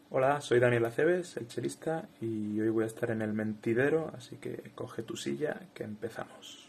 Hola, soy Daniel Aceves, el chelista, y hoy voy a estar en el mentidero, así que coge tu silla, que empezamos.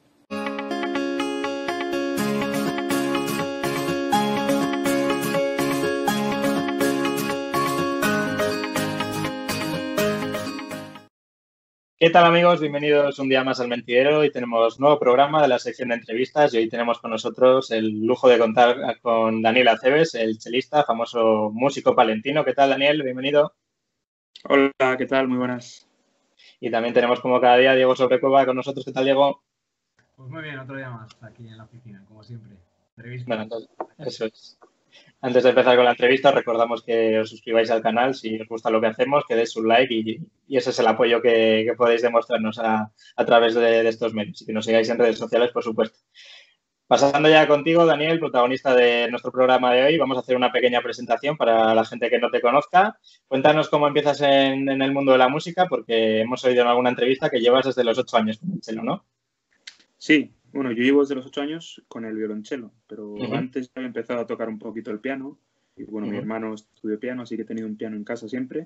¿Qué tal, amigos? Bienvenidos un día más al Mentidero. Hoy tenemos nuevo programa de la sección de entrevistas y hoy tenemos con nosotros el lujo de contar con Daniel Aceves, el chelista, famoso músico palentino. ¿Qué tal, Daniel? Bienvenido. Hola, ¿qué tal? Muy buenas. Y también tenemos como cada día a Diego Sobrecueva con nosotros. ¿Qué tal, Diego? Pues muy bien, otro día más aquí en la oficina, como siempre. Bueno, Entrevistas. entonces, eso es. Antes de empezar con la entrevista, os recordamos que os suscribáis al canal si os gusta lo que hacemos, que deis un like y ese es el apoyo que podéis demostrarnos a través de estos medios y que nos sigáis en redes sociales, por supuesto. Pasando ya contigo, Daniel, protagonista de nuestro programa de hoy, vamos a hacer una pequeña presentación para la gente que no te conozca. Cuéntanos cómo empiezas en el mundo de la música, porque hemos oído en alguna entrevista que llevas desde los 8 años con el cello, ¿no? Sí, bueno, yo llevo desde los 8 años con el violonchelo, pero Uh-huh. antes había empezado a tocar un poquito el piano y bueno, mi Uh-huh. hermano estudió piano, así que he tenido un piano en casa siempre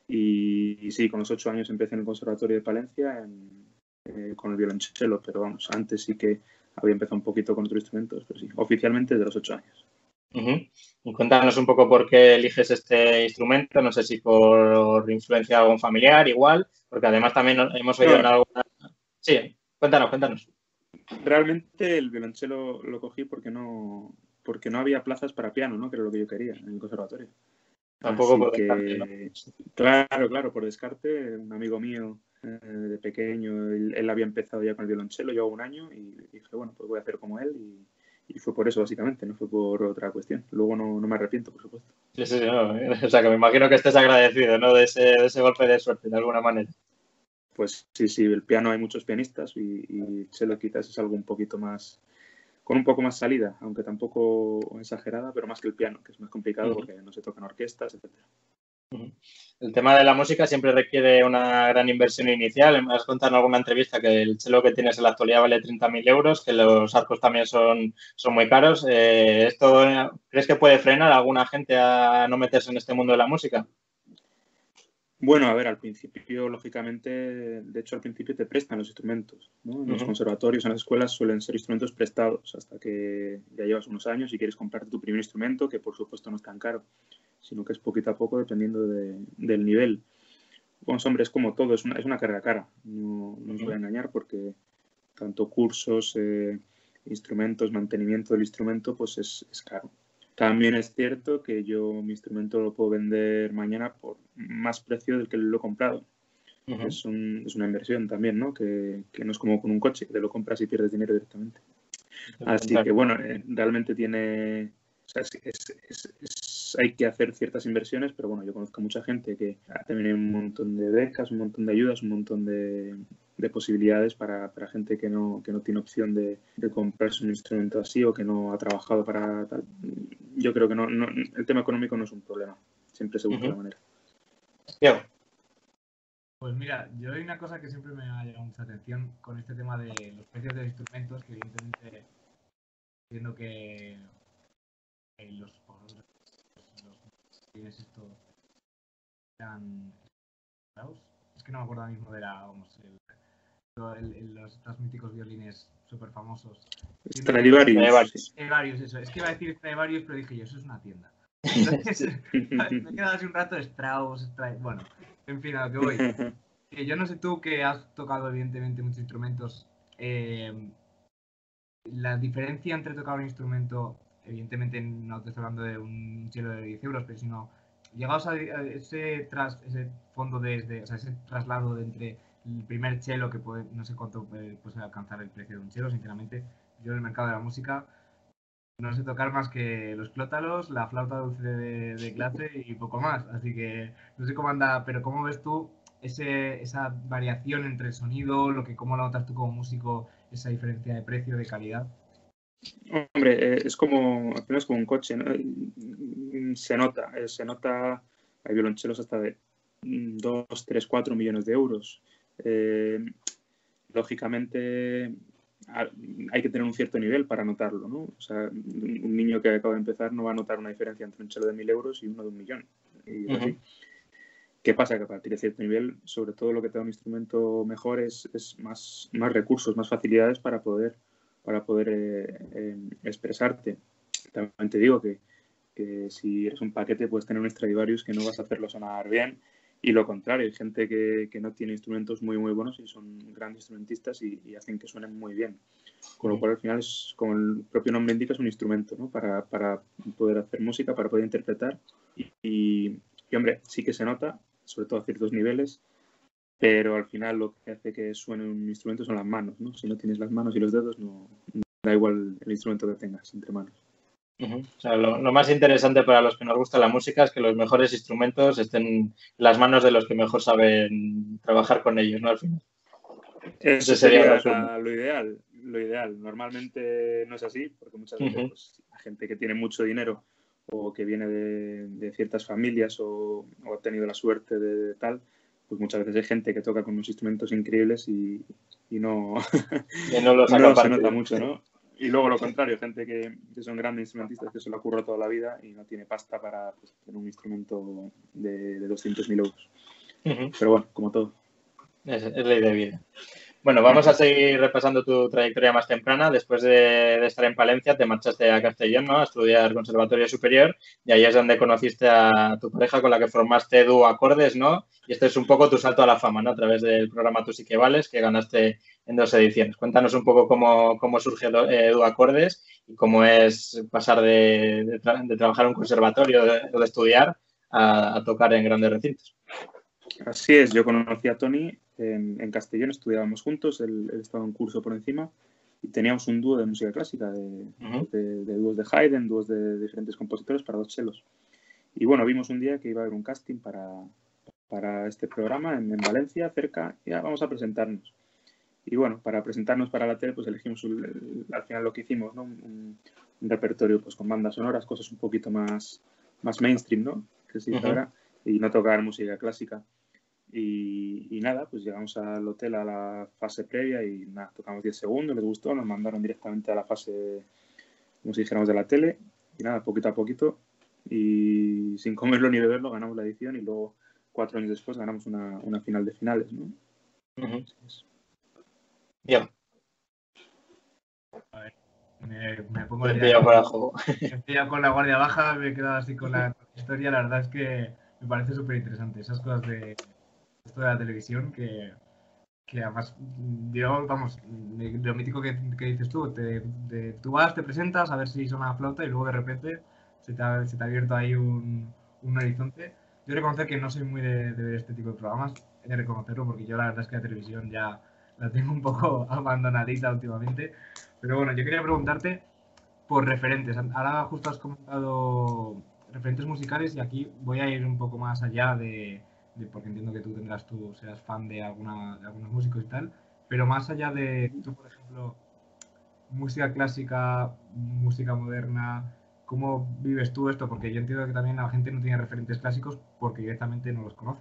y sí, con los 8 años empecé en el Conservatorio de Palencia con el violonchelo, pero vamos, antes sí que había empezado un poquito con otros instrumentos, pero sí, oficialmente desde los 8 años. Uh-huh. Y cuéntanos un poco por qué eliges este instrumento, no sé si por influencia de algún familiar, igual, porque además también hemos oído en No, alguna... Sí, cuéntanos. realmente el violonchelo lo cogí porque no había plazas para piano, ¿no? Que era lo que yo quería en el conservatorio. Tampoco Así por descarte, ¿no? que, claro, por descarte, un amigo mío de pequeño, él había empezado ya con el violonchelo, llevaba un año y dije, bueno, pues voy a hacer como él y fue por eso básicamente, no fue por otra cuestión. Luego no me arrepiento, por supuesto. Sí, sí, no. O sea, que me imagino que estés agradecido, ¿no? De ese golpe de suerte, de alguna manera. Pues sí, el piano hay muchos pianistas y el cello quizás es algo un poquito más, con un poco más salida, aunque tampoco exagerada, pero más que el piano, que es más complicado Uh-huh. porque no se tocan orquestas, etcétera. Uh-huh. El tema de la música siempre requiere una gran inversión inicial. Me has contado en alguna entrevista que el cello que tienes en la actualidad vale 30.000 euros, que los arcos también son muy caros. ¿Esto crees que puede frenar a alguna gente a no meterse en este mundo de la música? Bueno, a ver, al principio, lógicamente, de hecho, al principio te prestan los instrumentos, ¿no? En los Uh-huh. conservatorios, en las escuelas suelen ser instrumentos prestados hasta que ya llevas unos años y quieres comprarte tu primer instrumento, que por supuesto no es tan caro, sino que es poquito a poco dependiendo del nivel. Bueno, hombre, es como todo, es una carga cara, no os voy a Uh-huh. engañar porque tanto cursos, instrumentos, mantenimiento del instrumento, pues es caro. También es cierto que yo mi instrumento lo puedo vender mañana por más precio del que lo he comprado. Uh-huh. Es una inversión también, ¿no? Que no es como con un coche, que te lo compras y pierdes dinero directamente. Así que, bueno, realmente tiene... O sea, hay que hacer ciertas inversiones, pero bueno, yo conozco mucha gente que también hay un montón de becas, un montón de ayudas, un montón de posibilidades para gente que no tiene opción de comprarse un instrumento así o que no ha trabajado para tal. Yo creo que el tema económico no es un problema. Siempre se busca la Uh-huh. manera. Diego. Pues mira, yo hay una cosa que siempre me ha llamado mucha atención con este tema de los precios de los instrumentos, que evidentemente entiendo que los tienes esto eran esclavos. Es que no me acuerdo ahora mismo de vamos, los míticos violines súper famosos. Entiendo que Stradivarius, sí. Stradivarius, eso. Es que iba a decir Stradivarius, pero dije yo, eso es una tienda. Entonces, me he quedado así un rato Strauss, bueno, en fin, a lo que voy. Que yo no sé tú que has tocado evidentemente muchos instrumentos, la diferencia entre tocar un instrumento, evidentemente no te estoy hablando de un cielo de 10 euros, pero sino llegados a ese fondo o sea, ese traslado de entre el primer chelo que puede, no sé cuánto puede alcanzar el precio de un chelo, sinceramente, yo en el mercado de la música no sé tocar más que los clótalos, la flauta dulce de clase y poco más. Así que no sé cómo anda, pero ¿cómo ves tú esa variación entre el sonido, cómo lo notas tú como músico, esa diferencia de precio, de calidad? Hombre, al final es como un coche, ¿no? Se nota, hay violonchelos hasta de 2, 3, 4 millones de euros. Eh, lógicamente hay que tener un cierto nivel para notarlo, ¿no? O sea, un niño que acaba de empezar no va a notar una diferencia entre un chelo de 1.000 euros y uno de 1 millón. y así. ¿Qué pasa? Que a partir de cierto nivel, sobre todo lo que te da un instrumento mejor es más recursos, más facilidades para poder expresarte. También te digo que si eres un paquete puedes tener un Stradivarius que no vas a hacerlo sonar bien, y lo contrario, hay gente que no tiene instrumentos muy buenos y son grandes instrumentistas y hacen que suenen muy bien. Con lo cual al final es, como el propio nombre indica, es un instrumento, ¿no? Para poder hacer música, para poder interpretar y hombre, sí que se nota, sobre todo a ciertos niveles, pero al final lo que hace que suene un instrumento son las manos, ¿no? Si no tienes las manos y los dedos, no da igual el instrumento que tengas entre manos. O sea, lo más interesante para los que nos gusta la música es que los mejores instrumentos estén en las manos de los que mejor saben trabajar con ellos, ¿no? Al final. Eso sería lo ideal. Lo ideal. Normalmente no es así, porque muchas veces pues, la gente que tiene mucho dinero o que viene de ciertas familias o ha tenido la suerte de tal, pues muchas veces hay gente que toca con unos instrumentos increíbles y no, no se nota mucho, ¿no? Y luego lo contrario, gente que son grandes instrumentistas que se lo ocurre toda la vida y no tiene pasta para pues, tener un instrumento de 200.000 euros. Pero bueno, como todo. Es ley de vida. Bueno, vamos a seguir repasando tu trayectoria más temprana. Después de estar en Palencia, te marchaste a Castellón, ¿no? A estudiar Conservatorio Superior, y ahí es donde conociste a tu pareja con la que formaste Dúo Acordes, ¿no? Y este es un poco tu salto a la fama, ¿no? A través del programa Tú sí que vales, que ganaste en 2 ediciones. Cuéntanos un poco cómo surge Dúo Acordes y cómo es pasar de trabajar en un conservatorio o de estudiar a tocar en grandes recintos. Así es, yo conocí a Tony en Castellón, estudiábamos juntos, él estaba en curso por encima y teníamos un dúo de música clásica, de dúos de Haydn, dúos de diferentes compositores para 2 chelos. Y bueno, vimos un día que iba a haber un casting para este programa en Valencia, cerca, y ya vamos a presentarnos. Y bueno, para presentarnos para la tele, pues elegimos al final lo que hicimos, ¿no? Un repertorio pues con bandas sonoras, cosas un poquito más mainstream, ¿no? Que se dice ahora, y no tocar música clásica. Y nada, pues llegamos al hotel a la fase previa y nada, tocamos 10 segundos, les gustó, nos mandaron directamente a la fase, como si dijéramos, de la tele. Y nada, poquito a poquito y sin comerlo ni beberlo ganamos la edición y luego 4 años después ganamos una final de finales, ¿no? Bien. A ver, me pongo ya con la guardia baja, me he quedado así con la historia. La verdad es que me parece súper interesante esas cosas de esto de la televisión que además, yo, vamos, lo mítico que dices tú, tú vas, te presentas a ver si suena la flauta y luego de repente se te ha abierto ahí un horizonte. Yo reconocer que no soy muy de ver este tipo de programas, he de reconocerlo porque yo la verdad es que la televisión ya la tengo un poco abandonadita últimamente. Pero bueno, yo quería preguntarte por referentes. Ahora justo has comentado referentes musicales y aquí voy a ir un poco más allá porque entiendo que tú serás fan de algunos músicos y tal, pero más allá de tú, por ejemplo, música clásica, música moderna, ¿cómo vives tú esto? Porque yo entiendo que también la gente no tiene referentes clásicos porque directamente no los conoce.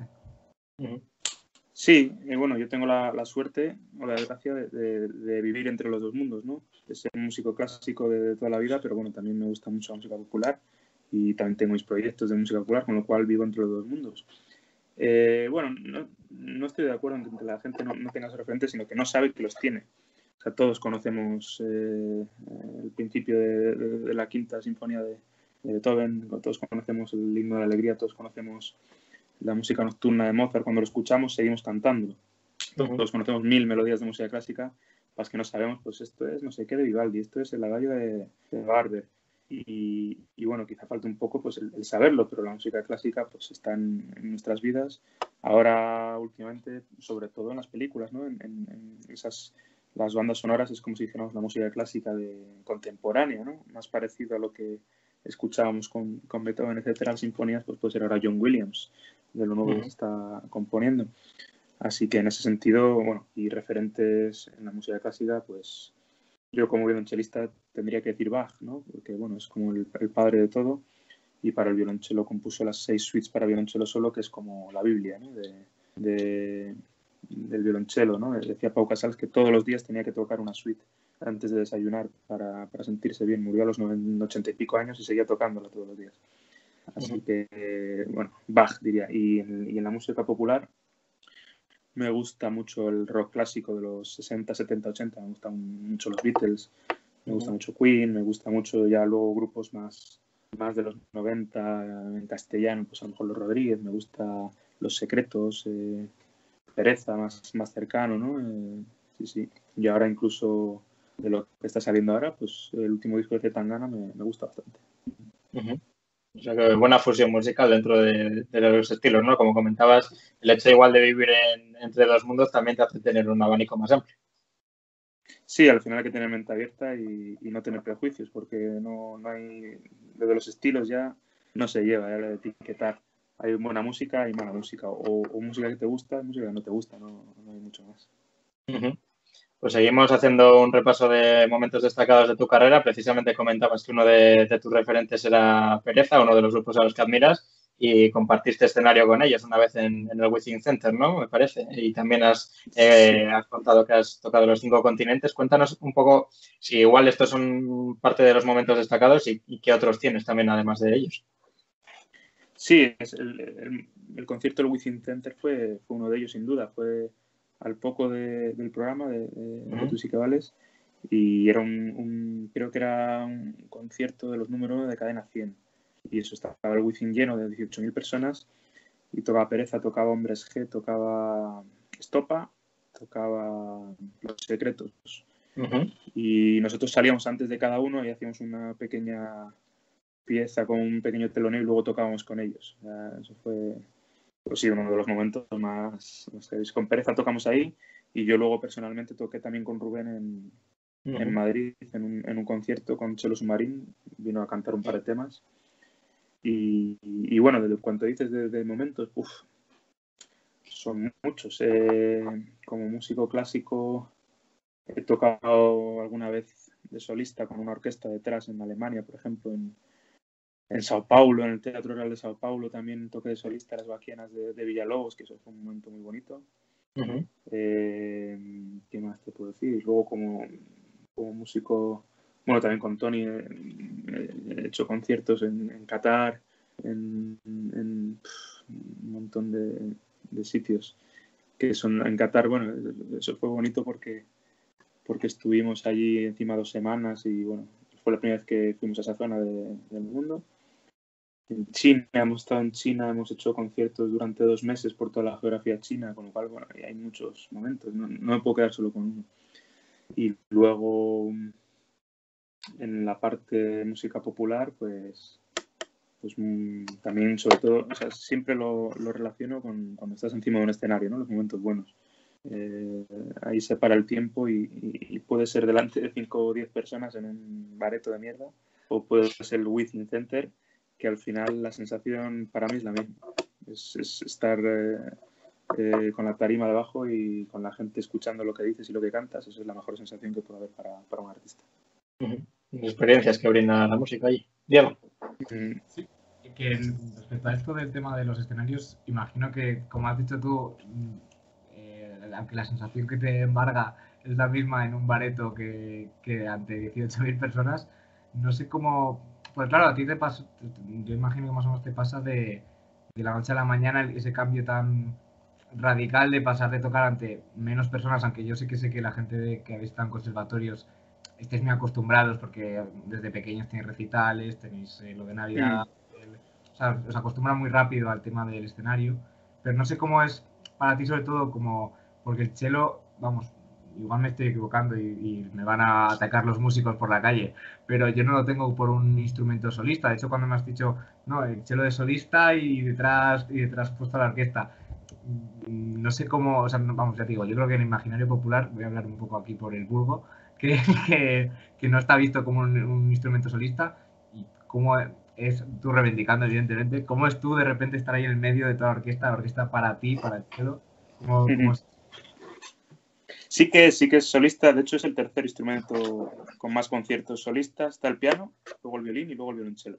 Sí, bueno, yo tengo la suerte o la desgracia de vivir entre los dos mundos, ¿no? De ser un músico clásico de toda la vida, pero bueno, también me gusta mucho la música popular y también tengo mis proyectos de música popular, con lo cual vivo entre los dos mundos. Bueno, no estoy de acuerdo en que la gente no tenga esos referentes, sino que no sabe que los tiene. O sea, todos conocemos el principio de la Quinta Sinfonía de Beethoven, todos conocemos el Himno de la Alegría, todos conocemos la música nocturna de Mozart. Cuando lo escuchamos seguimos cantando. Todos conocemos 1000 melodías de música clásica, las que no sabemos, pues esto es no sé qué de Vivaldi, esto es el Adagio de Barber. Y bueno, quizá falte un poco pues el saberlo, pero la música clásica pues está en nuestras vidas. Ahora, últimamente, sobre todo en las películas, ¿no? En las bandas sonoras es como si dijéramos la música clásica contemporánea, ¿no? Más parecido a lo que escuchábamos con Beethoven, etcétera, las sinfonías, pues puede ser ahora John Williams, de lo nuevo que se está componiendo. Así que en ese sentido, bueno, y referentes en la música clásica, pues yo como violonchelista tendría que decir Bach, ¿no? Porque, bueno, es como el padre de todo, y para el violonchelo compuso las 6 suites para violonchelo solo, que es como la Biblia, ¿no? del violonchelo, ¿no? Decía Pau Casals que todos los días tenía que tocar una suite antes de desayunar para sentirse bien. Murió a los 80 y pico años y seguía tocándola todos los días. Así que, bueno, Bach diría. Y en la música popular me gusta mucho el rock clásico de los 60, 70, 80. Me gustan mucho los Beatles, me gusta mucho Queen, me gusta mucho ya luego grupos más de los 90 en castellano, pues a lo mejor los Rodríguez, me gusta Los Secretos, Pereza más cercano, ¿no? Sí. Y ahora incluso de lo que está saliendo ahora, pues el último disco de Zetangana me gusta bastante. O sea que buena fusión musical dentro de los estilos, ¿no? Como comentabas, el hecho igual de vivir entre dos mundos también te hace tener un abanico más amplio. Sí, al final hay que tener mente abierta y no tener prejuicios, porque no hay... Lo de los estilos ya no se lleva, ya lo de etiquetar. Hay buena música y mala música, o música que te gusta, música que no te gusta, no hay mucho más. Pues seguimos haciendo un repaso de momentos destacados de tu carrera. Precisamente comentabas que uno de tus referentes era Pereza, uno de los grupos a los que admiras, y compartiste escenario con ellos una vez en el Within Center, ¿no? Me parece. Y también has contado que has tocado los 5 continentes. Cuéntanos un poco si igual estos son parte de los momentos destacados y qué otros tienes también además de ellos. Sí, el concierto del Within Center fue uno de ellos, sin duda. Fue al poco del programa de Tú sí que vales, y era creo que era un concierto de los número 1 de Cadena 100. Y eso, estaba el Within lleno de 18.000 personas, y tocaba Pereza, tocaba Hombres G, tocaba Estopa, tocaba Los Secretos. Y nosotros salíamos antes de cada uno y hacíamos una pequeña pieza con un pequeño teloneo y luego tocábamos con ellos. Eso fue, pues sí, uno de los momentos más heavy. Con Pereza tocamos ahí, y yo luego personalmente toqué también con Rubén en Madrid, en un concierto con Chelo Submarín. Vino a cantar un par de temas. Y bueno, de cuanto dices de momentos, son muchos. Como músico clásico he tocado alguna vez de solista con una orquesta detrás en Alemania, por ejemplo, en Sao Paulo, en el Teatro Real de Sao Paulo también toqué de solista las Baquianas de Villalobos, que eso fue un momento muy bonito. ¿Qué más te puedo decir? Luego como músico, bueno, también con Tony he hecho conciertos en Qatar, en un montón de sitios que son en Qatar. Bueno, eso fue bonito porque estuvimos allí encima 2 semanas y bueno, fue la primera vez que fuimos a esa zona del mundo. En China, hemos estado en China, hemos hecho conciertos durante 2 meses por toda la geografía china, con lo cual, bueno, hay muchos momentos, no me puedo quedar solo con uno. Y luego, en la parte de música popular, pues también, sobre todo, o sea, siempre lo relaciono con cuando estás encima de un escenario, ¿no? Los momentos buenos. Ahí se para el tiempo y puede ser delante de 5 o 10 personas en un bareto de mierda, o puede ser el Within Center, que al final la sensación para mí es la misma. Es estar con la tarima debajo y con la gente escuchando lo que dices y lo que cantas. Eso es la mejor sensación que puede haber para un artista. Experiencias que brinda la música allí. Diego. Sí, que respecto a esto del tema de los escenarios, imagino que, como has dicho tú, aunque la sensación que te embarga es la misma en un bareto que ante 18.000 personas, no sé cómo... Pues claro, a ti te pasa, yo imagino que más o menos te pasa de la noche a la mañana ese cambio tan radical de pasar de tocar ante menos personas, aunque yo sé que la gente que habéis estado en conservatorios estáis muy acostumbrados porque desde pequeños tenéis recitales, tenéis lo de Navidad, o sea, os acostumbran muy rápido al tema del escenario, pero no sé cómo es para ti sobre todo como, porque el cello, vamos, igual me estoy equivocando y me van a atacar los músicos por la calle, pero yo no lo tengo por un instrumento solista. De hecho, cuando me has dicho, no, el cello de solista y detrás puesto la orquesta, no sé cómo, o sea, vamos, ya te digo, yo creo que en el imaginario popular, voy a hablar un poco aquí por el burgo, que no está visto como un instrumento solista, y cómo es tú reivindicando, evidentemente, cómo es tú de repente estar ahí en el medio de toda la orquesta para ti, para el cello, ¿cómo es? Sí que es solista, de hecho es el tercer instrumento con más conciertos solistas. Está el piano, luego el violín y luego el violonchelo.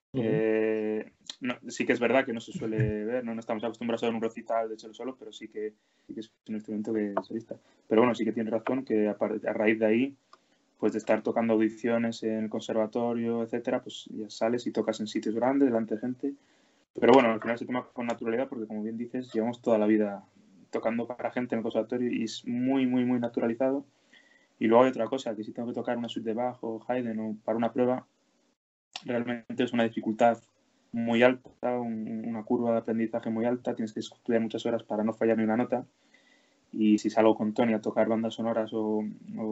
Sí que es verdad que no se suele ver, no estamos acostumbrados a ver un recital de cello solo, pero sí que es un instrumento que es solista. Pero bueno, sí que tienes razón que a raíz de ahí pues de estar tocando audiciones en el conservatorio, etcétera, pues ya sales y tocas en sitios grandes, delante de gente. Pero bueno, al final se toma con naturalidad porque, como bien dices, llevamos toda la vida tocando para gente en el conservatorio y es muy, muy, muy naturalizado. Y luego hay otra cosa, que si tengo que tocar una suite de Bach o Haydn o para una prueba, realmente es una dificultad muy alta, una curva de aprendizaje muy alta, tienes que estudiar muchas horas para no fallar ni una nota. Y si salgo con Tony a tocar bandas sonoras o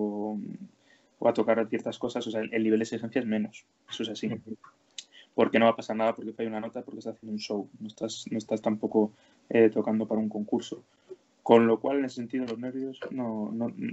a tocar ciertas cosas, o sea, el nivel de exigencia es menos, eso es así. Porque no va a pasar nada porque falla una nota, porque estás haciendo un show, no estás tampoco tocando para un concurso. Con lo cual, en ese sentido, los nervios no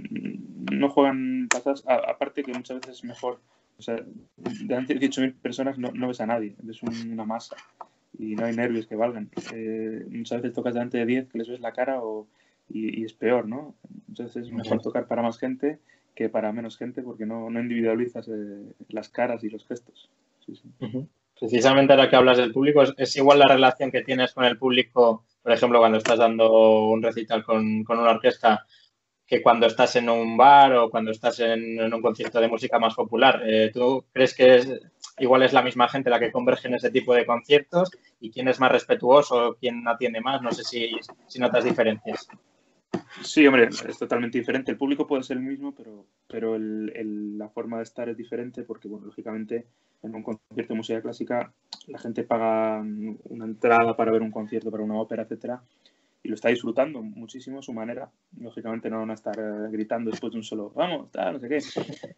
juegan pasadas. Aparte que muchas veces es mejor, o sea, delante de 18.000 personas no ves a nadie, ves una masa y no hay nervios que valgan. Muchas veces tocas delante de 10 que les ves la cara y es peor, ¿no? Entonces es mejor tocar para más gente que para menos gente porque no individualizas las caras y los gestos. Sí, sí. Precisamente ahora que hablas del público, ¿es igual la relación que tienes con el público, por ejemplo, cuando estás dando un recital con una orquesta, que cuando estás en un bar o cuando estás en un concierto de música más popular? ¿Tú crees que igual es la misma gente la que converge en ese tipo de conciertos? ¿Y quién es más respetuoso? ¿Quién atiende más? No sé si notas diferencias. Sí, hombre, es totalmente diferente. El público puede ser el mismo, pero la forma de estar es diferente porque, bueno, lógicamente, en un concierto de música clásica la gente paga una entrada para ver un concierto, para una ópera, etcétera, y lo está disfrutando muchísimo a su manera. Lógicamente no van a estar gritando después de un solo, vamos, tal, no sé qué.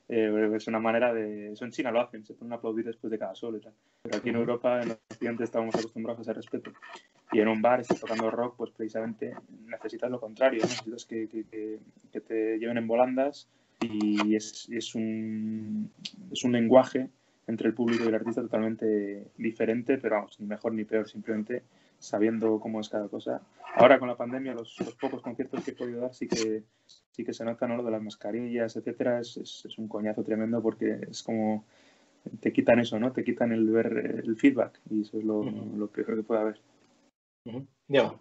Es una manera de... Eso en China lo hacen, se ponen a aplaudir después de cada solo y tal. Pero aquí en Europa, en Occidente, estamos acostumbrados a ese respeto. Y en un bar, estás tocando rock, pues precisamente necesitas lo contrario, ¿no? Necesitas que te lleven en volandas y es un lenguaje entre el público y el artista totalmente diferente, pero vamos, ni mejor ni peor, simplemente sabiendo cómo es cada cosa. Ahora con la pandemia, los pocos conciertos que he podido dar sí que se nota, ¿no? Lo de las mascarillas, etcétera, es un coñazo tremendo porque es como te quitan eso, ¿no? Te quitan el ver el feedback y eso es lo peor que puede haber. Diego.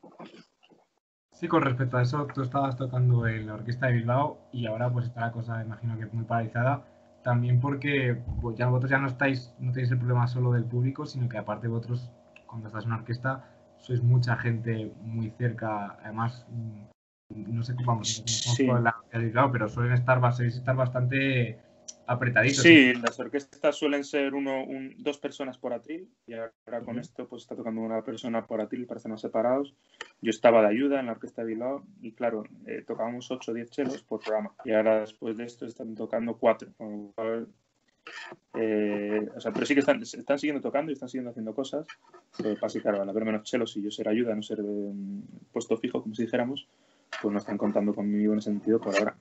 Sí, con respecto a eso, tú estabas tocando en la Orquesta de Bilbao y ahora pues está la cosa, imagino que muy paralizada, también porque pues, vosotros ya no tenéis el problema solo del público, sino que aparte vosotros, cuando estás en una orquesta, sois mucha gente muy cerca, además, no sé cómo vamos, Sí. la Orquesta de Bilbao, pero sois estar bastante apretaditos. Sí, las orquestas suelen ser dos personas por atril y ahora con esto pues está tocando una persona por atril para estar más separados. Yo estaba de ayuda en la Orquesta de Bilbao y claro, tocábamos 8 o 10 chelos por programa y ahora después de esto están tocando 4. Pero sí que están siguiendo tocando y están siguiendo haciendo cosas. Pero pasa que claro, al haber menos chelos y yo ser ayuda, no ser puesto fijo, como si dijéramos, pues no están contando conmigo en ese sentido por ahora.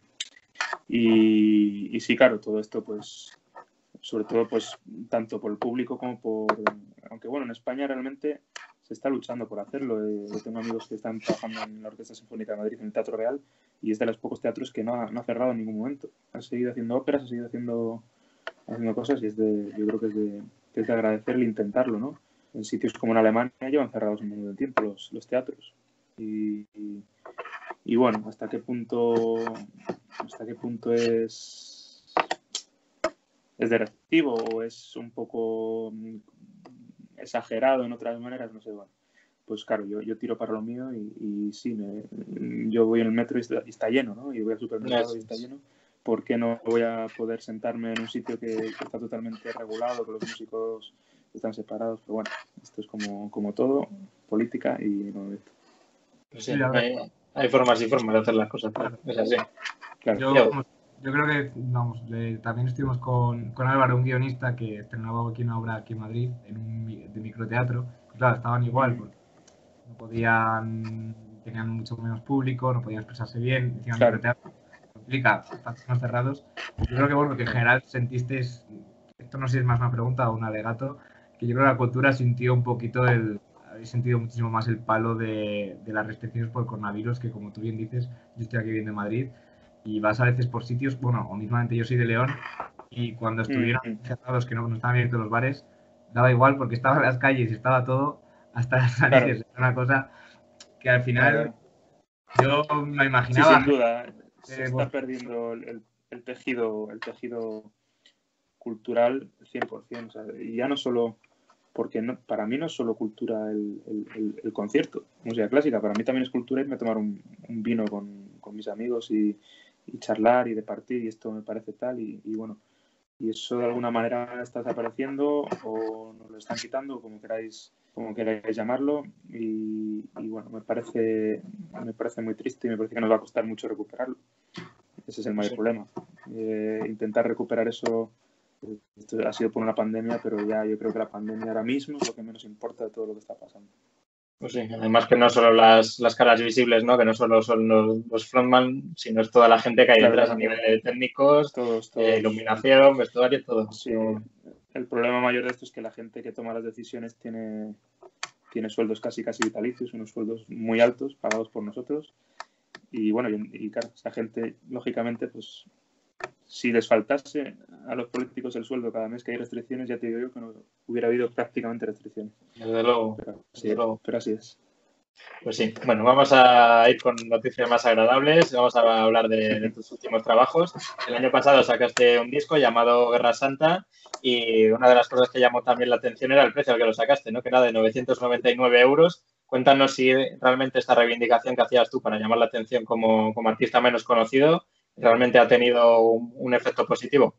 Y sí, claro, todo esto, pues, sobre todo, pues, tanto por el público como aunque bueno, en España realmente se está luchando por hacerlo. Yo tengo amigos que están trabajando en la Orquesta Sinfónica de Madrid, en el Teatro Real, y es de los pocos teatros que no ha cerrado en ningún momento. Ha seguido haciendo óperas, ha seguido haciendo cosas y yo creo que es de agradecer el intentarlo, ¿no? En sitios como en Alemania llevan cerrados un montón de tiempo los teatros. Y bueno, ¿hasta qué punto es de recibo o es un poco exagerado en otras maneras? No sé, bueno. Pues claro, yo tiro para lo mío y sí, yo voy en el metro y está lleno, ¿no? Y voy al supermercado y está lleno. ¿Por qué no voy a poder sentarme en un sitio que está totalmente regulado, que los músicos están separados? Pero bueno, esto es como todo, política y no esto. Pues sí, hay formas y formas de hacer las cosas, claro. Es así. Claro. Yo creo que, vamos, también estuvimos con Álvaro, un guionista que estrenaba aquí una obra aquí en Madrid, de microteatro. Y claro, estaban igual, porque tenían mucho menos público, no podían expresarse bien, decían claro. Microteatro, complica, espacios cerrados. Yo creo que, bueno, que en general sentisteis, esto no sé si es más una pregunta o un alegato, que yo creo que la cultura sintió un poquito habéis sentido muchísimo más el palo de las restricciones por el coronavirus, que como tú bien dices, yo estoy aquí viviendo en Madrid y vas a veces por sitios, bueno, o mismamente yo soy de León y cuando estuvieron cerrados, que no estaban abiertos los bares, daba igual porque estaban las calles y estaba todo hasta las narices. Claro. Una cosa que al final yo me imaginaba. Sí, sin duda, se está perdiendo el el tejido cultural 100%. O sea, y ya no solo, porque para mí no es solo cultura el concierto, música clásica, para mí también es cultura irme a tomar un vino con mis amigos y charlar y departir, y esto me parece tal, y bueno, y eso de alguna manera está desapareciendo o nos lo están quitando, como queráis llamarlo, y bueno, me parece muy triste y me parece que nos va a costar mucho recuperarlo. Ese es el mayor problema. Intentar recuperar eso, esto ha sido por una pandemia, pero ya yo creo que la pandemia ahora mismo es lo que menos importa de todo lo que está pasando. Pues sí, además que no solo las caras visibles, ¿no? Que no solo son los frontman, sino es toda la gente que hay detrás a nivel de técnicos, todos. Iluminación, vestuario, todo. Sí, el problema mayor de esto es que la gente que toma las decisiones tiene sueldos casi vitalicios, unos sueldos muy altos pagados por nosotros. Y bueno, y claro, esa gente, lógicamente, pues si les faltase a los políticos el sueldo cada mes que hay restricciones, ya te digo yo que no hubiera habido prácticamente restricciones. Desde luego. Pero así es. Pues sí, bueno, vamos a ir con noticias más agradables. Vamos a hablar de tus últimos trabajos. El año pasado sacaste un disco llamado Guerra Santa y una de las cosas que llamó también la atención era el precio al que lo sacaste, ¿no? Que era de 999 euros. Cuéntanos si realmente esta reivindicación que hacías tú para llamar la atención como artista menos conocido realmente ha tenido un efecto positivo.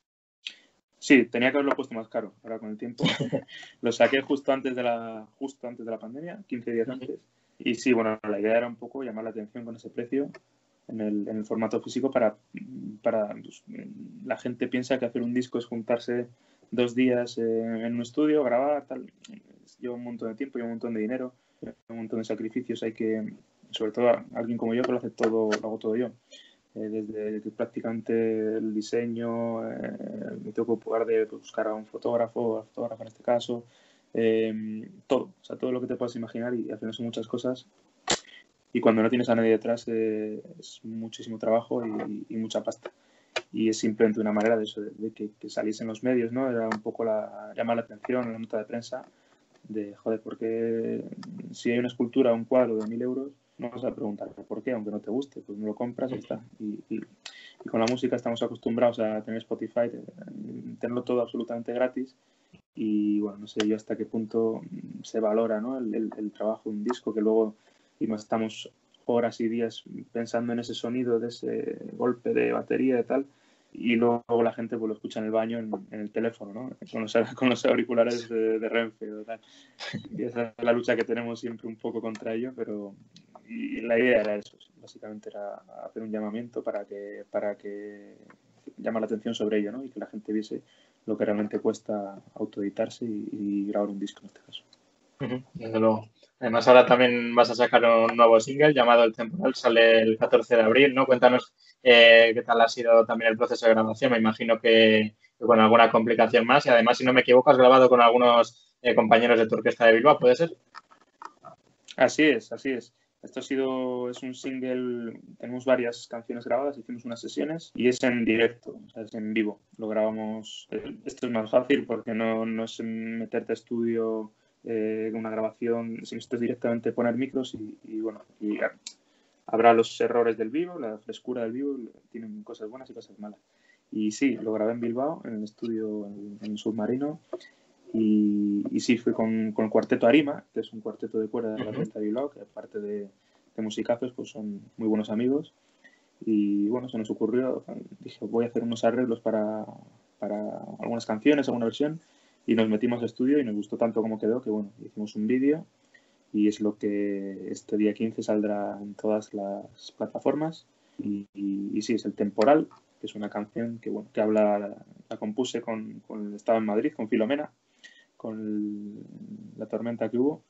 Sí, tenía que haberlo puesto más caro. Ahora con el tiempo lo saqué justo antes de la pandemia, 15 días antes. Y sí, bueno, la idea era un poco llamar la atención con ese precio en el formato físico para pues, la gente piensa que hacer un disco es juntarse 2 días en un estudio, grabar, tal. Lleva un montón de tiempo, lleva un montón de dinero, un montón de sacrificios. Hay que, sobre todo alguien como yo que lo hace todo, lo hago todo yo. Desde prácticamente el diseño, me tengo que ocupar de buscar a un fotógrafo en este caso, todo, o sea, todo lo que te puedas imaginar, y al final son muchas cosas, y cuando no tienes a nadie detrás es muchísimo trabajo y mucha pasta, y es simplemente una manera de eso, de que saliese en los medios, ¿no? Era un poco llamar la atención, la nota de prensa, de, joder, porque si hay una escultura o un cuadro de 1.000 euros, no vas a preguntar por qué, aunque no te guste, pues no lo compras y está. Y con la música estamos acostumbrados a tener Spotify, tenerlo todo absolutamente gratis, y bueno, no sé yo hasta qué punto se valora, ¿no? el trabajo de un disco, que luego estamos horas y días pensando en ese sonido, de ese golpe de batería y tal, y luego la gente pues lo escucha en el baño, en el teléfono, ¿no? Con los auriculares de Renfe o tal. Y esa es la lucha que tenemos siempre un poco contra ello, pero y la idea era eso, básicamente era hacer un llamamiento para que llame la atención sobre ello, ¿no? Y que la gente viese lo que realmente cuesta autoeditarse y grabar un disco en este caso. Desde luego. Además, ahora también vas a sacar un nuevo single llamado El Temporal, sale el 14 de abril, ¿no? Cuéntanos qué tal ha sido también el proceso de grabación. Me imagino que con alguna complicación más, y además, si no me equivoco, has grabado con algunos compañeros de tu orquesta de Bilbao, ¿puede ser? Así es. Esto es un single, tenemos varias canciones grabadas, hicimos unas sesiones y es en directo, o sea, es en vivo. Lo grabamos, esto es más fácil porque no es meterte a estudio, una grabación, sino esto es directamente poner micros y bueno, y habrá los errores del vivo, la frescura del vivo, tienen cosas buenas y cosas malas. Y sí, lo grabé en Bilbao, en el estudio, en el Submarino. Y sí, fui con el cuarteto Arima, que es un cuarteto de cuerda de la Orquesta de Bilbao, que aparte de musicazos, pues son muy buenos amigos. Y bueno, se nos ocurrió, dije, voy a hacer unos arreglos para algunas canciones, alguna versión, y nos metimos a estudio y nos gustó tanto como quedó, que bueno, hicimos un vídeo y es lo que este día 15 saldrá en todas las plataformas. Y sí, es El Temporal, que es una canción que, bueno, que habla, la compuse estaba en Madrid con Filomena, con la tormenta que hubo,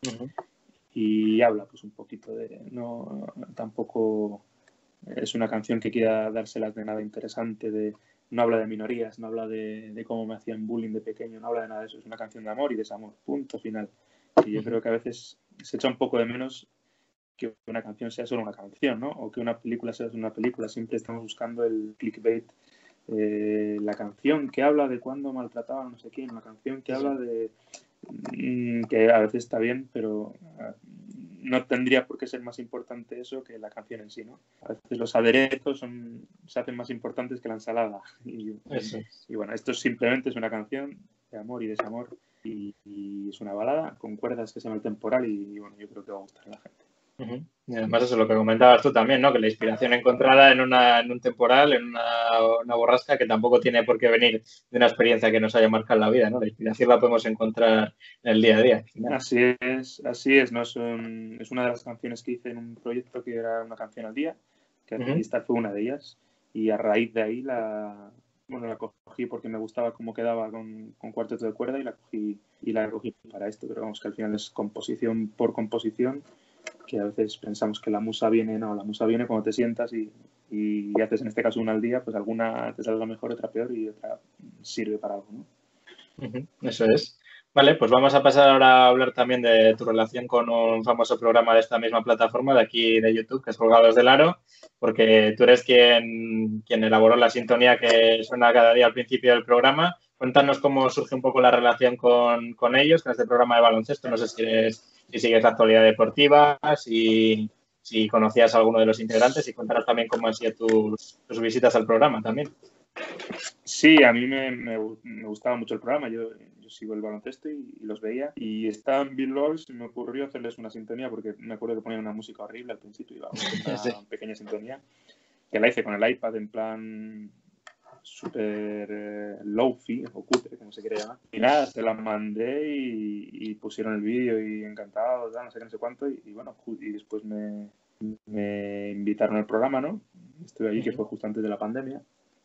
y habla pues un poquito de, no tampoco es una canción que quiera dárselas de nada interesante, no habla de minorías, no habla de cómo me hacían bullying de pequeño, no habla de nada de eso, es una canción de amor y desamor, punto final. Y yo creo que a veces se echa un poco de menos que una canción sea solo una canción, ¿no? O que una película sea una película, siempre estamos buscando el clickbait. La canción que habla de cuando maltrataban a no sé quién, la canción que habla de que a veces está bien, pero no tendría por qué ser más importante eso que la canción en sí, ¿no? A veces los aderezos se hacen más importantes que la ensalada. Y bueno, esto simplemente es una canción de amor y desamor y es una balada con cuerdas que se llama El Temporal y bueno, yo creo que va a gustar a la gente. Y además eso es lo que comentabas tú también, ¿no? Que la inspiración encontrada en un temporal, en una borrasca que tampoco tiene por qué venir de una experiencia que nos haya marcado la vida, ¿no? La inspiración la podemos encontrar en el día a día. Al final. Así es, ¿no? Es una de las canciones que hice en un proyecto que era una canción al día, que esta fue una de ellas, y a raíz de ahí la cogí porque me gustaba cómo quedaba con cuarteto de cuerda y la cogí para esto, pero vamos que al final es composición por composición, que a veces pensamos que la musa viene cuando te sientas y haces en este caso una al día, pues alguna te salga mejor, otra peor y otra sirve para algo, ¿no? Eso es. Vale, pues vamos a pasar ahora a hablar también de tu relación con un famoso programa de esta misma plataforma de aquí de YouTube, que es Colgados del Aro, porque tú eres quien elaboró la sintonía que suena cada día al principio del programa. Cuéntanos cómo surge un poco la relación con ellos, con este programa de baloncesto. No sé si sigues la actualidad deportiva, si conocías a alguno de los integrantes y contarás también cómo han sido tus visitas al programa también. Sí, a mí me gustaba mucho el programa. Yo sigo el baloncesto y los veía. Y estaban Bill Loves y me ocurrió hacerles una sintonía porque me acuerdo que ponían una música horrible al principio. Iba a hacer una pequeña sintonía que la hice con el iPad en plan súper low-fi o cutre, como se quiere llamar. Y nada, se las mandé y pusieron el vídeo y encantados, no sé qué, no sé cuánto. Y bueno, y después me invitaron al programa, ¿no? Estuve allí, que fue justo antes de la pandemia.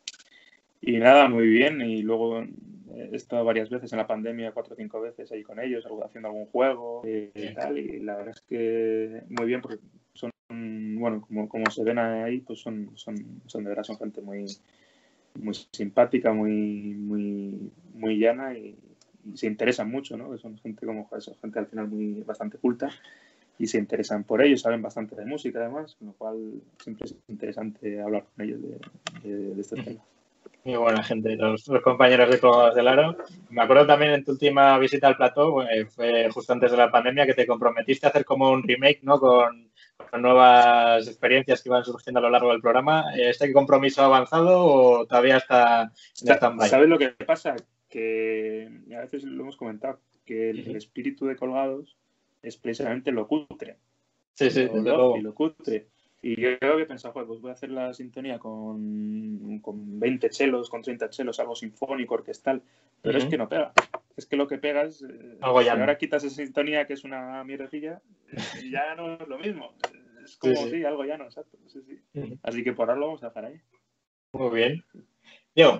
Y nada, muy bien. Y luego he estado varias veces en la pandemia, 4 o 5 veces ahí con ellos, haciendo algún juego y tal. Y la verdad es que muy bien, porque son, bueno, como se ven ahí, pues son de verdad, son gente muy, muy simpática, muy llana y se interesan mucho, ¿no? Que son gente gente al final bastante culta y se interesan por ellos, saben bastante de música además, con lo cual siempre es interesante hablar con ellos de estos temas. Muy buena gente, los compañeros de Colgados del Aro. Me acuerdo también en tu última visita al plató, fue justo antes de la pandemia, que te comprometiste a hacer como un remake, ¿no? Con nuevas experiencias que iban surgiendo a lo largo del programa. ¿Este compromiso ha avanzado o todavía está en stand-by? ¿Sabes lo que pasa? Que a veces lo hemos comentado, que el espíritu de Colgados es precisamente lo cutre. Sí, desde luego. Y lo cutre. Y yo había pensado, pues voy a hacer la sintonía con 20 chelos, con 30 chelos, algo sinfónico, orquestal, pero es que no pega. Es que lo que pega es, algo si ahora quitas esa sintonía, que es una mierdecilla, ya no es lo mismo. Es como, sí, algo llano, exacto. Sí. Así que por ahora lo vamos a dejar ahí. Muy bien. Diego.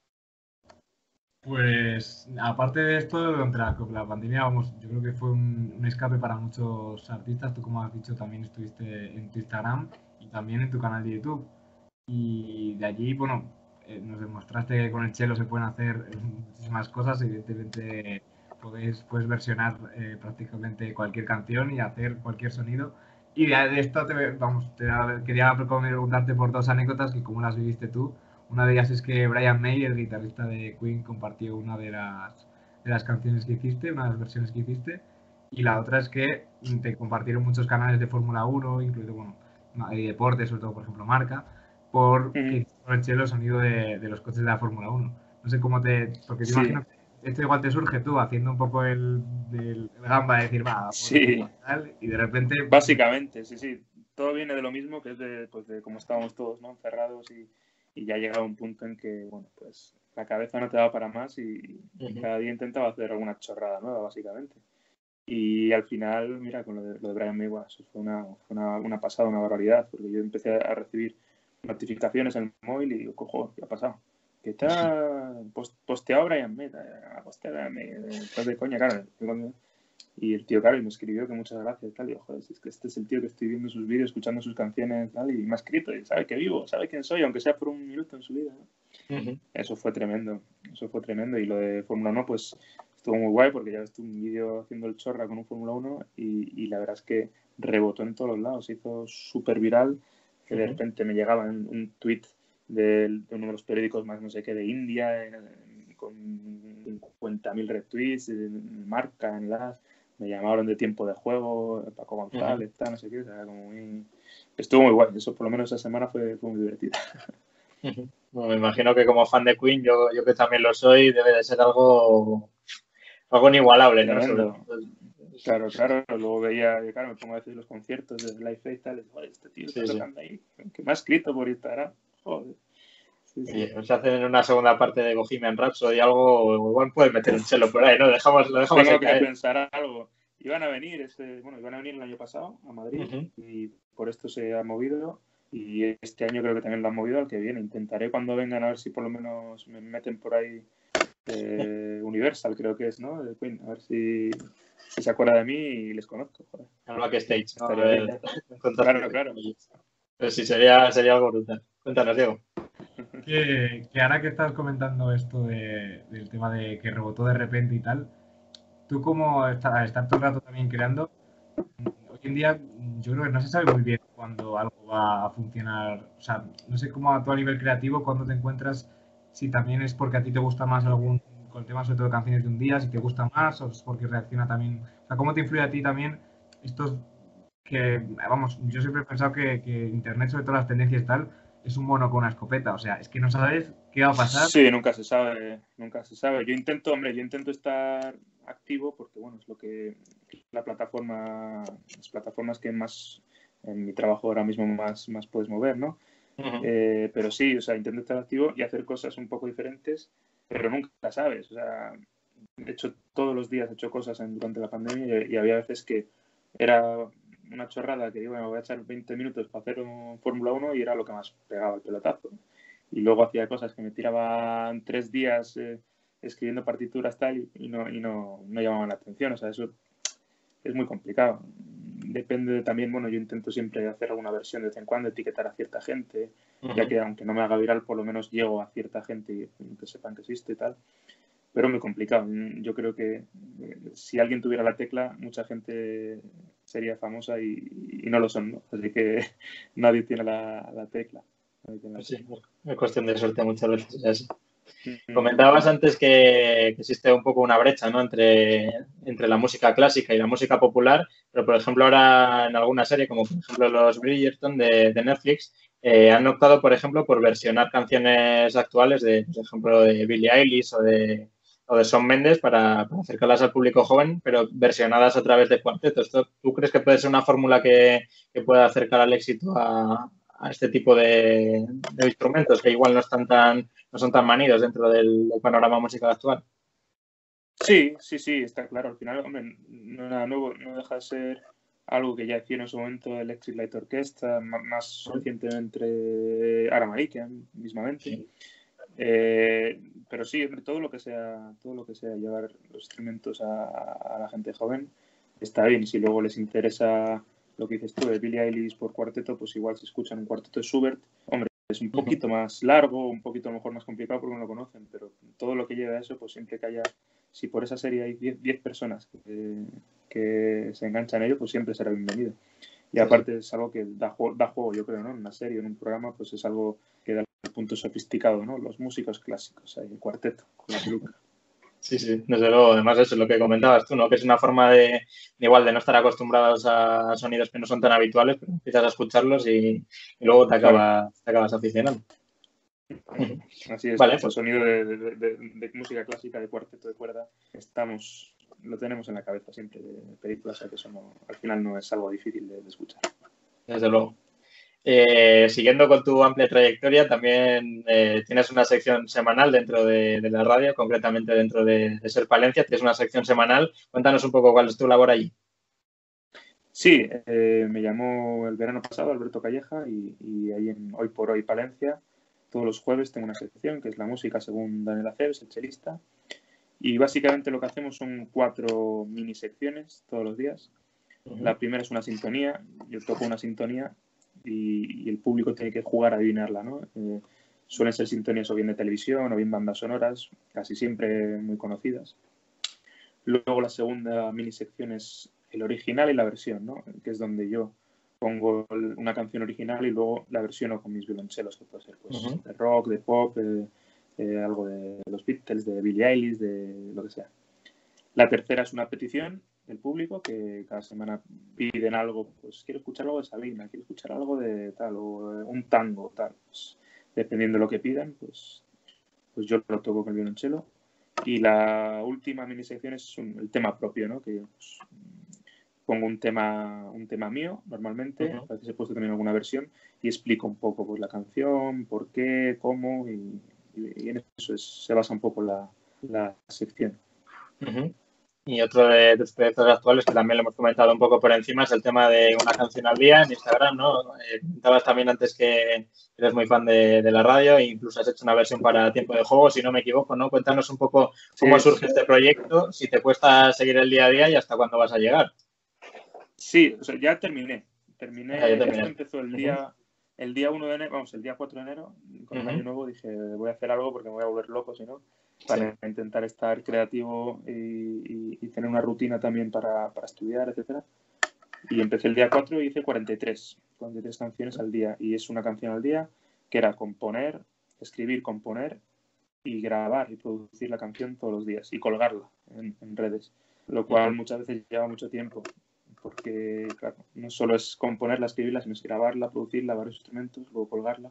Pues aparte de esto, durante la pandemia, vamos, yo creo que fue un escape para muchos artistas. Tú, como has dicho, también estuviste en tu Instagram y también en tu canal de YouTube. Y de allí, bueno, nos demostraste que con el cello se pueden hacer muchísimas cosas. Evidentemente, puedes versionar prácticamente cualquier canción y hacer cualquier sonido. Y de esto, quería preguntarte por 2 anécdotas que cómo las viviste tú. Una de ellas es que Brian May, el guitarrista de Queen, compartió una de las canciones que hiciste, una de las versiones que hiciste. Y la otra es que te compartieron muchos canales de Fórmula 1, incluido, bueno, y deportes, sobre todo, por ejemplo, Marca, porque con el cello el sonido de los coches de la Fórmula 1. No sé cómo porque te imagino que esto igual te surge tú haciendo un poco el gamba de decir, va, tal, y de repente... Básicamente, sí. Todo viene de lo mismo, que es de cómo estábamos todos, ¿no? Encerrados y ya ha llegado un punto en que, bueno, pues la cabeza no te da para más y cada día intentaba hacer alguna chorrada nueva, básicamente. Y al final, mira, con lo de Brian May, eso fue una pasada, una barbaridad, porque yo empecé a recibir notificaciones en el móvil y digo, cojo, ¿qué ha pasado? ¿Qué tal? Posteado Brian May, estás de coña, claro. Y el tío Carlos me escribió que muchas gracias, tal, y yo, joder, es que este es el tío que estoy viendo sus vídeos, escuchando sus canciones, tal, y me ha escrito, y sabe que vivo, sabe quién soy, aunque sea por un minuto en su vida, ¿no? Eso fue tremendo, y lo de Fórmula 1, pues estuvo muy guay, porque ya ves tú un vídeo haciendo el chorra con un Fórmula 1, y la verdad es que rebotó en todos los lados, se hizo súper viral, que de repente me llegaba un tweet de uno de los periódicos más no sé qué de India, con 50.000 retweets, Marca, Enlace, me llamaron de Tiempo de Juego, Paco González, tal, no sé qué, o sea, como muy... Estuvo muy guay, eso por lo menos esa semana fue muy divertida. Bueno, me imagino que como fan de Queen, yo que también lo soy, debe de ser algo inigualable, ¿no? Tremendo. Claro, luego veía, claro, me pongo a decir los conciertos de Live Aid y tal, y digo, este tío está tocando ahí, que me ha escrito por Instagram, joder. Sí. Se hacen una segunda parte de Bohemian Rhapsody algo, igual puedes meter un chelo por ahí, ¿no? Lo dejamos Tengo que caer. pensar algo. Iban a venir el año pasado a Madrid y por esto se ha movido y este año creo que también lo han movido al que viene. Intentaré cuando vengan a ver si por lo menos me meten por ahí Universal, creo que es, ¿no? De Queen, a ver si se acuerda de mí y les conozco. Joder. Al backstage, ¿no? Claro. Pero sí, sería algo brutal. Cuéntanos, Diego. Que ahora que estás comentando esto del tema de que rebotó de repente y tal, tú como estar todo el rato también creando, hoy en día yo creo que no se sabe muy bien cuándo algo va a funcionar. O sea, no sé cómo tú a nivel creativo, cuando te encuentras, si también es porque a ti te gusta más algún, con el tema sobre todo de canciones de un día, si te gusta más o es porque reacciona también. O sea, ¿cómo te influye a ti también estos que, vamos, yo siempre he pensado que Internet, sobre todo las tendencias y tal, es un mono con una escopeta, o sea, es que no sabes qué va a pasar. Sí, nunca se sabe. Yo intento estar activo porque, bueno, es lo que las plataformas que más en mi trabajo ahora mismo más puedes mover, ¿no? Pero sí, o sea, intento estar activo y hacer cosas un poco diferentes, pero nunca sabes, o sea, todos los días he hecho cosas durante la pandemia y había veces que era una chorrada que digo, bueno, voy a echar 20 minutos para hacer un Fórmula 1 y era lo que más pegaba el pelotazo. Y luego hacía cosas que me tiraban 3 días escribiendo partituras tal y no llamaban la atención. O sea, eso es muy complicado. Depende también, bueno, yo intento siempre hacer alguna versión de vez en cuando, etiquetar a cierta gente, ya que aunque no me haga viral, por lo menos llego a cierta gente y que sepan que existe y tal. Pero muy complicado. Yo creo que si alguien tuviera la tecla, mucha gente sería famosa y no lo son, ¿no? Así que nadie tiene la tecla. Sí, es cuestión de suerte muchas veces. Es así. Comentabas antes que existe un poco una brecha, ¿no? entre la música clásica y la música popular, pero por ejemplo ahora en alguna serie, como por ejemplo los Bridgerton de Netflix, han optado por ejemplo por versionar canciones actuales por ejemplo de Billie Eilish o de Shawn Mendes para acercarlas al público joven, pero versionadas a través de cuartetos. ¿Tú crees que puede ser una fórmula que pueda acercar al éxito a este tipo de instrumentos que igual no son tan manidos dentro del panorama musical actual? Sí, está claro. Al final, hombre, no es nada nuevo, no deja de ser algo que ya hicieron en su momento Electric Light Orchestra, más recientemente Aramaiken, mismamente. Sí. Pero sí, hombre, todo lo que sea llevar los instrumentos a la gente joven está bien. Si luego les interesa lo que dices tú de Billie Eilish por cuarteto, pues igual se escuchan un cuarteto de Schubert. Hombre, es un poquito más largo, un poquito a lo mejor más complicado porque no lo conocen, pero todo lo que lleva a eso, pues siempre que haya, si por esa serie hay 10 personas que se enganchan a ello, pues siempre será bienvenido. Y aparte es algo que da juego, yo creo, ¿no? En una serie, en un programa, pues es algo que da el punto sofisticado, ¿no? Los músicos clásicos, ahí, el cuarteto, con la peluca. Sí, desde luego. Además eso es lo que comentabas tú, ¿no? Que es una forma de no estar acostumbrados a sonidos que no son tan habituales, pero empiezas a escucharlos y luego te acabas aficionando. Así es, vale, pues el sonido de música clásica, de cuarteto de cuerda, lo tenemos en la cabeza siempre de películas, o sea que eso al final no es algo difícil de escuchar. Desde luego. Siguiendo con tu amplia trayectoria, también tienes una sección semanal dentro de la radio, concretamente dentro de Ser Palencia, tienes una sección semanal. Cuéntanos un poco cuál es tu labor allí. Sí, me llamó el verano pasado Alberto Calleja y ahí en Hoy por Hoy Palencia, todos los jueves tengo una sección que es la música según Daniel Aceves, el chelista. Y básicamente lo que hacemos son 4 mini secciones todos los días. La primera es una sintonía, yo toco una sintonía y el público tiene que jugar a adivinarla, ¿no? Suelen ser sintonías o bien de televisión o bien bandas sonoras, casi siempre muy conocidas. Luego la segunda mini sección es el original y la versión, ¿no? Que es donde yo pongo una canción original y luego la versiono con mis violonchelos, que puede ser pues, de rock, de pop, algo de los Beatles, de Billie Eilish, de lo que sea. La tercera es una petición, el público, que cada semana piden algo, pues quiero escuchar algo de Sabina, quiero escuchar algo de tal, o un tango, tal. Pues, dependiendo de lo que pidan, pues yo lo toco con el violonchelo. Y la última minisección es el tema propio, ¿no? Que pues, pongo un tema mío, normalmente, a veces he puesto también alguna versión, y explico un poco pues, la canción, por qué, cómo, y en eso se basa un poco la sección. Y otro de tus proyectos actuales, que también lo hemos comentado un poco por encima, es el tema de una canción al día en Instagram, ¿no? Comentabas también antes que eres muy fan de la radio e incluso has hecho una versión para Tiempo de Juego, si no me equivoco, ¿no? Cuéntanos un poco cómo surge este proyecto, si te cuesta seguir el día a día y hasta cuándo vas a llegar. Sí, o sea, ya terminé. Esto empezó el día 1 de enero, vamos, el día 4 de enero, con el año nuevo, dije, voy a hacer algo porque me voy a volver loco, si no, para intentar estar creativo y tener una rutina también para estudiar, etcétera. Y empecé el día 4 y hice 43 canciones al día. Y es una canción al día que era escribir, componer y grabar y producir la canción todos los días y colgarla en redes, lo cual muchas veces lleva mucho tiempo. Porque, claro, no solo es componerla, escribirla, sino es grabarla, producirla, varios instrumentos, luego colgarla.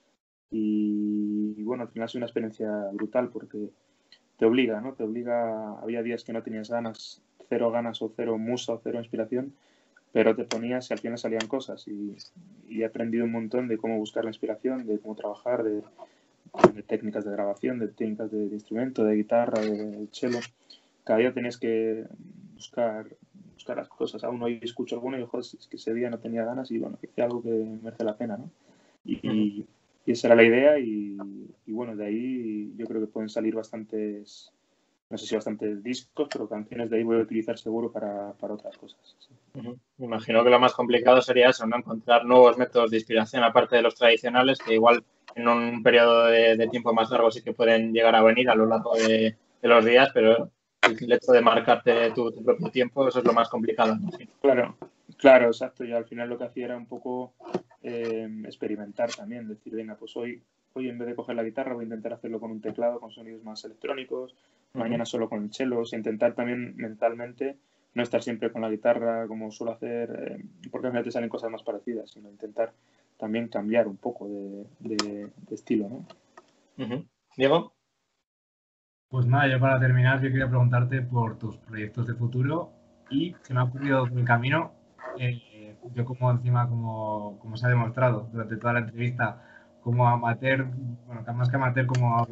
Y bueno, al final ha sido una experiencia brutal porque te obliga, ¿no? Había días que no tenías ganas, cero ganas o cero musa o cero inspiración, pero te ponías y al final salían cosas. Y he aprendido un montón de cómo buscar la inspiración, de cómo trabajar, de técnicas de grabación, de técnicas de instrumento, de guitarra, de cello. Cada día tenías que buscar las cosas. Aún hoy escucho alguno y digo, joder, es que ese día no tenía ganas y bueno, hice algo que merece la pena, ¿no? Y esa era la idea y bueno, de ahí yo creo que pueden salir bastantes, no sé si bastantes discos, pero canciones de ahí voy a utilizar seguro para otras cosas. Sí. Me imagino que lo más complicado sería eso, ¿no? Encontrar nuevos métodos de inspiración, aparte de los tradicionales, que igual en un periodo de tiempo más largo sí que pueden llegar a venir a lo largo de los días, pero el hecho de marcarte tu propio tiempo, eso es lo más complicado, ¿no? Sí. Claro, exacto. Yo al final lo que hacía era un poco experimentar también, decir, venga, pues hoy en vez de coger la guitarra voy a intentar hacerlo con un teclado, con sonidos más electrónicos, mañana solo con el cello, o sea, intentar también mentalmente no estar siempre con la guitarra como suelo hacer, porque al final te salen cosas más parecidas, sino intentar también cambiar un poco de estilo, ¿no? Diego. Pues nada, yo para terminar, yo quería preguntarte por tus proyectos de futuro y se me ha ocurrido por el camino, yo como encima, como se ha demostrado durante toda la entrevista, como amateur, bueno, más que amateur, como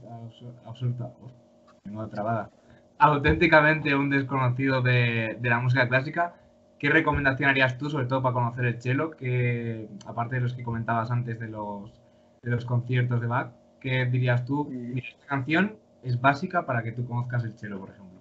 auténticamente un desconocido de la música clásica, ¿qué recomendación harías tú, sobre todo para conocer el cello, que aparte de los que comentabas antes de los conciertos de Bach, qué dirías tú? Mira, esta canción es básica para que tú conozcas el cello, por ejemplo.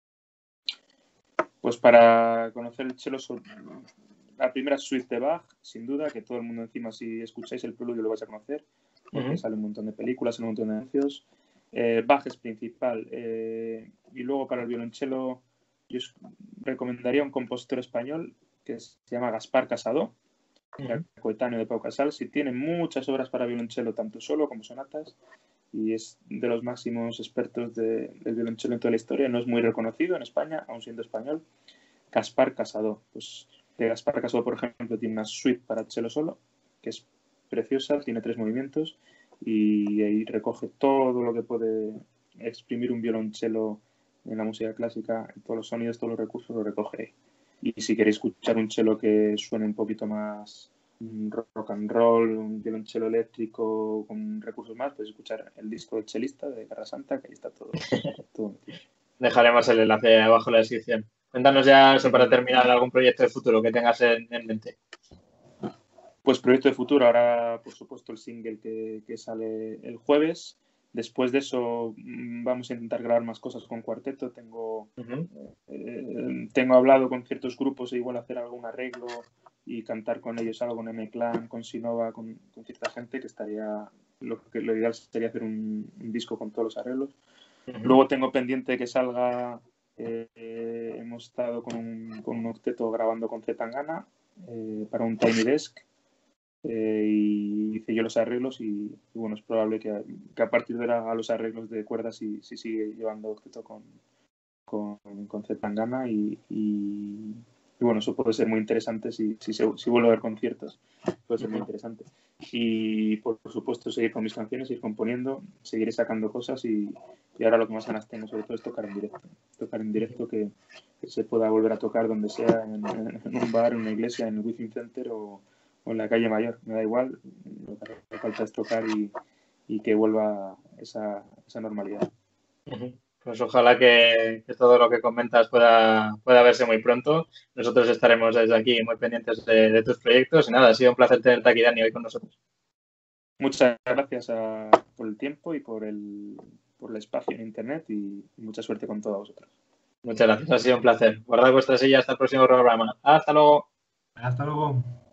Pues para conocer el cello, la primera suite de Bach, sin duda, que todo el mundo encima, si escucháis el preludio lo vais a conocer, porque sale un montón de películas, un montón de anuncios. Bach es principal. Y luego para el violonchelo yo os recomendaría un compositor español que se llama Gaspar Casado, coetáneo de Pau Casals, y tiene muchas obras para violonchelo, tanto solo como sonatas, y es de los máximos expertos del violonchelo en toda la historia. No es muy reconocido en España, aun siendo español. Gaspar Casado. Pues de Gaspar Casado, por ejemplo, tiene una suite para cello solo, que es preciosa, tiene 3 movimientos y ahí recoge todo lo que puede exprimir un violonchelo en la música clásica, todos los sonidos, todos los recursos lo recoge ahí. Y si queréis escuchar un cello que suene un poquito más rock and roll, un violonchelo eléctrico con recursos más, podéis escuchar el disco del chelista de Guerra Santa, que ahí está todo metido. Dejaremos el enlace abajo en la descripción. Cuéntanos ya eso para terminar, algún proyecto de futuro que tengas en mente. Pues proyecto de futuro, ahora por supuesto el single que sale el jueves. Después de eso vamos a intentar grabar más cosas con cuarteto. Tengo hablado con ciertos grupos e igual hacer algún arreglo y cantar con ellos algo, con M-Clan, con Sinova, con cierta gente, que estaría, lo ideal sería hacer un disco con todos los arreglos. Luego tengo pendiente que salga, hemos estado con un octeto grabando con Z Tangana para un Tiny Desk. Y hice yo los arreglos y bueno, es probable que a partir de ahora haga los arreglos de cuerdas y sigue llevando octeto con Zetangana y bueno, eso puede ser muy interesante si vuelvo a ver conciertos, puede ser muy interesante. Y por supuesto seguir con mis canciones, ir componiendo, seguiré sacando cosas y ahora lo que más ganas tengo sobre todo es tocar en directo que se pueda volver a tocar donde sea, en un bar, en una iglesia, en el Within Center o en la calle Mayor, me da igual, lo que hace falta es tocar y que vuelva esa normalidad. Pues ojalá que todo lo que comentas pueda verse muy pronto. Nosotros estaremos desde aquí muy pendientes de tus proyectos y nada, ha sido un placer tenerte aquí, Dani, hoy con nosotros. Muchas gracias por el tiempo y por el espacio en Internet y mucha suerte con todos vosotros. Muchas gracias, ha sido un placer. Guardad vuestra silla hasta el próximo programa. Hasta luego. Hasta luego.